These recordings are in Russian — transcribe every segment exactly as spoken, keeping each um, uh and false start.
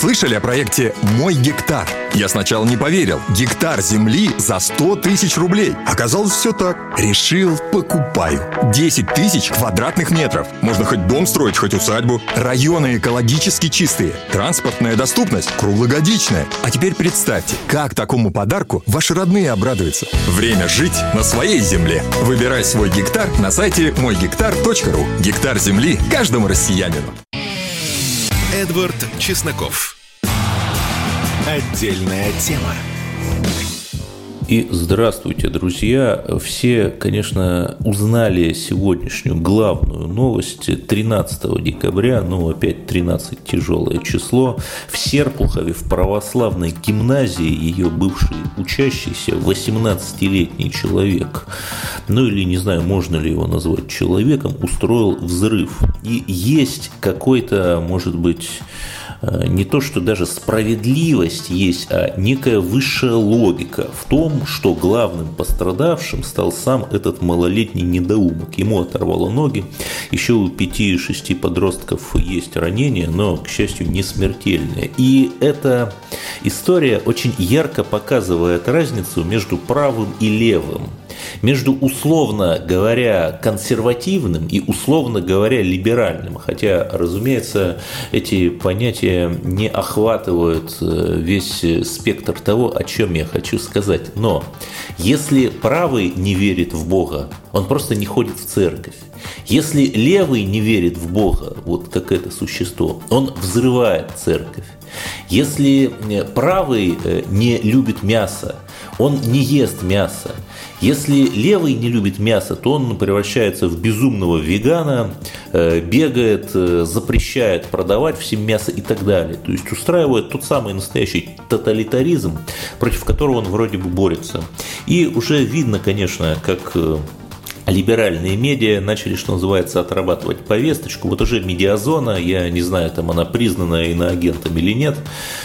Слышали о проекте «Мой гектар»? Я сначала не поверил. Гектар земли за сто тысяч рублей. Оказалось, все так. Решил, покупаю. десять тысяч квадратных метров. Можно хоть дом строить, хоть усадьбу. Районы экологически чистые. Транспортная доступность круглогодичная. А теперь представьте, как такому подарку ваши родные обрадуются. Время жить на своей земле. Выбирай свой гектар на сайте мой гектар точка ру. Гектар земли каждому россиянину. Эдвард Чесноков. Отдельная тема. И здравствуйте, друзья! Все, конечно, узнали сегодняшнюю главную новость. тринадцатого декабря, ну опять тринадцать тяжелое число, в Серпухове, в православной гимназии, ее бывший учащийся, восемнадцатилетний человек, ну или не знаю, можно ли его назвать человеком, устроил взрыв. И есть какой-то, может быть, не то, что даже справедливость есть, а некая высшая логика в том, что главным пострадавшим стал сам этот малолетний недоумок. Ему оторвало ноги, еще у пяти-шести подростков есть ранения, но, к счастью, не смертельные. И эта история очень ярко показывает разницу между правым и левым, между, условно говоря, консервативным и, условно говоря, либеральным. Хотя, разумеется, эти понятия не охватывают весь спектр того, о чем я хочу сказать. Но если правый не верит в Бога, он просто не ходит в церковь. Если левый не верит в Бога, вот как это существо, он взрывает церковь. Если правый не любит мясо, он не ест мясо. Если левый не любит мясо, то он превращается в безумного вегана, бегает, запрещает продавать всем мясо и так далее. То есть устраивает тот самый настоящий тоталитаризм, против которого он вроде бы борется. И уже видно, конечно, как либеральные медиа начали, что называется, отрабатывать повесточку. Вот уже Медиазона, я не знаю, там она признана иноагентом или нет,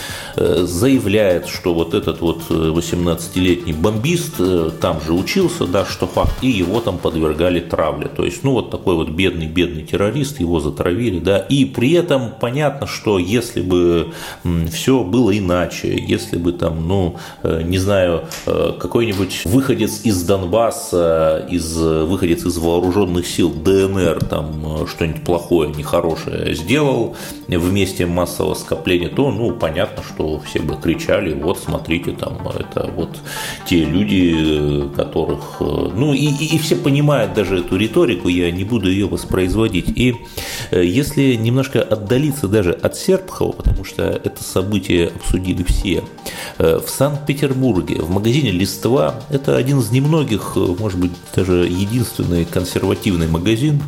заявляет, что вот этот вот восемнадцатилетний бомбист там же учился, да, что факт, и его там подвергали травле. То есть, ну, вот такой вот бедный-бедный террорист, его затравили, да, и при этом понятно, что если бы все было иначе, если бы там, ну, не знаю, какой-нибудь выходец из Донбасса, из, выходец из вооруженных сил ДНР, там, что-нибудь плохое, нехорошее сделал в месте массового скопления, то, ну, понятно, что все бы кричали: вот смотрите, там это вот те люди, которых, ну и, и, и все понимают даже эту риторику, я не буду ее воспроизводить. И если немножко отдалиться даже от Серпухова, потому что это событие обсудили все, в Санкт-Петербурге в магазине «Листва», это один из немногих, может быть даже единственный консервативный магазин,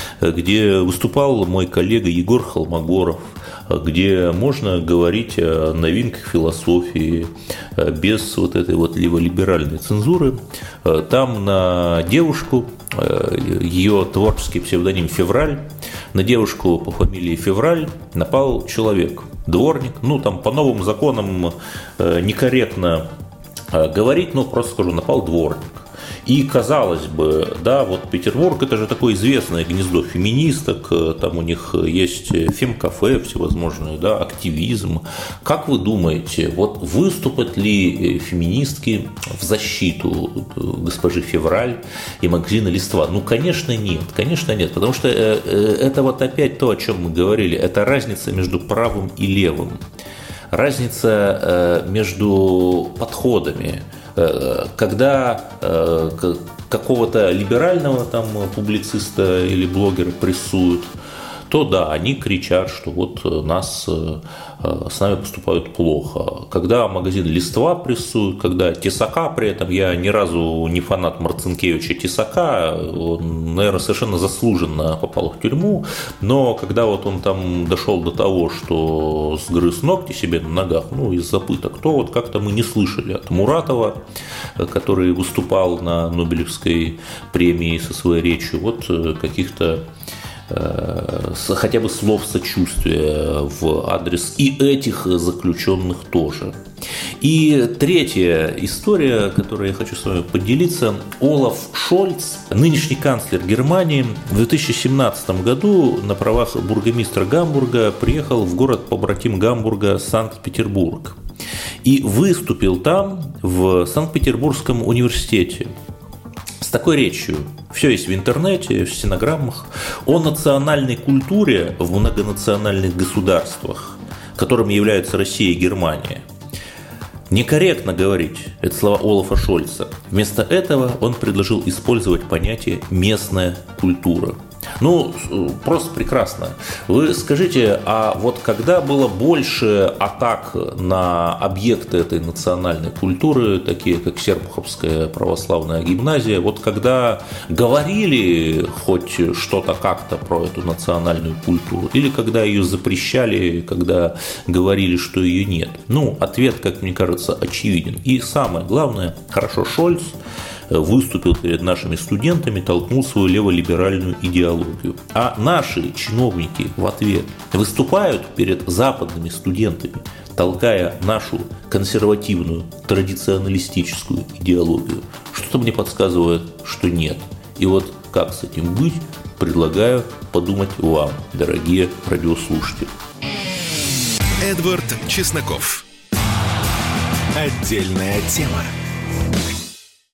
где выступал мой коллега Егор Холмогоров, где можно говорить о новинках философии без вот этой вот либеральной цензуры. Там на девушку, ее творческий псевдоним Февраль, на девушку по фамилии Февраль напал человек, дворник. Ну, там по новым законам некорректно говорить, но просто скажу, напал дворник. И, казалось бы, да, вот Петербург – это же такое известное гнездо феминисток, там у них есть фем-кафе всевозможные, да, активизм. Как вы думаете, вот выступят ли феминистки в защиту госпожи Февраль и магазина «Листва»? Ну, конечно, нет, конечно, нет, потому что это вот опять то, о чем мы говорили, это разница между правым и левым, разница между подходами. Когда э, какого-то либерального там публициста или блогера прессуют, то да, они кричат, что вот нас, э, с нами поступают плохо. Когда магазин «Листва» прессуют, когда Тесака, при этом я ни разу не фанат Марцинкевича Тесака, он, наверное, совершенно заслуженно попал в тюрьму, но когда вот он там дошел до того, что сгрыз ногти себе на ногах, ну, из-за пыток, то вот как-то мы не слышали от Муратова, который выступал на Нобелевской премии со своей речью, вот каких-то хотя бы слов сочувствия в адрес и этих заключенных тоже. И третья история, которой я хочу с вами поделиться. Олаф Шольц, нынешний канцлер Германии, в две тысячи семнадцатом году на правах бургомистра Гамбурга приехал в город-побратим Гамбурга Санкт-Петербург. И выступил там в Санкт-Петербургском университете с такой речью. Все есть в интернете, в стенограммах. О национальной культуре в многонациональных государствах, которыми являются Россия и Германия. Некорректно говорить, это слова Олафа Шольца. Вместо этого он предложил использовать понятие «местная культура». Ну, просто прекрасно. Вы скажите, а вот когда было больше атак на объекты этой национальной культуры, такие как Серпуховская православная гимназия, вот когда говорили хоть что-то как-то про эту национальную культуру, или когда ее запрещали, когда говорили, что ее нет? Ну, ответ, как мне кажется, очевиден. И самое главное, хорошо Шольц выступил перед нашими студентами, толкнул свою леволиберальную идеологию. А наши чиновники в ответ выступают перед западными студентами, толкая нашу консервативную, традиционалистическую идеологию. Что-то мне подсказывает, что нет. И вот как с этим быть, предлагаю подумать вам, дорогие радиослушатели. Эдвард Чесноков. Отдельная тема.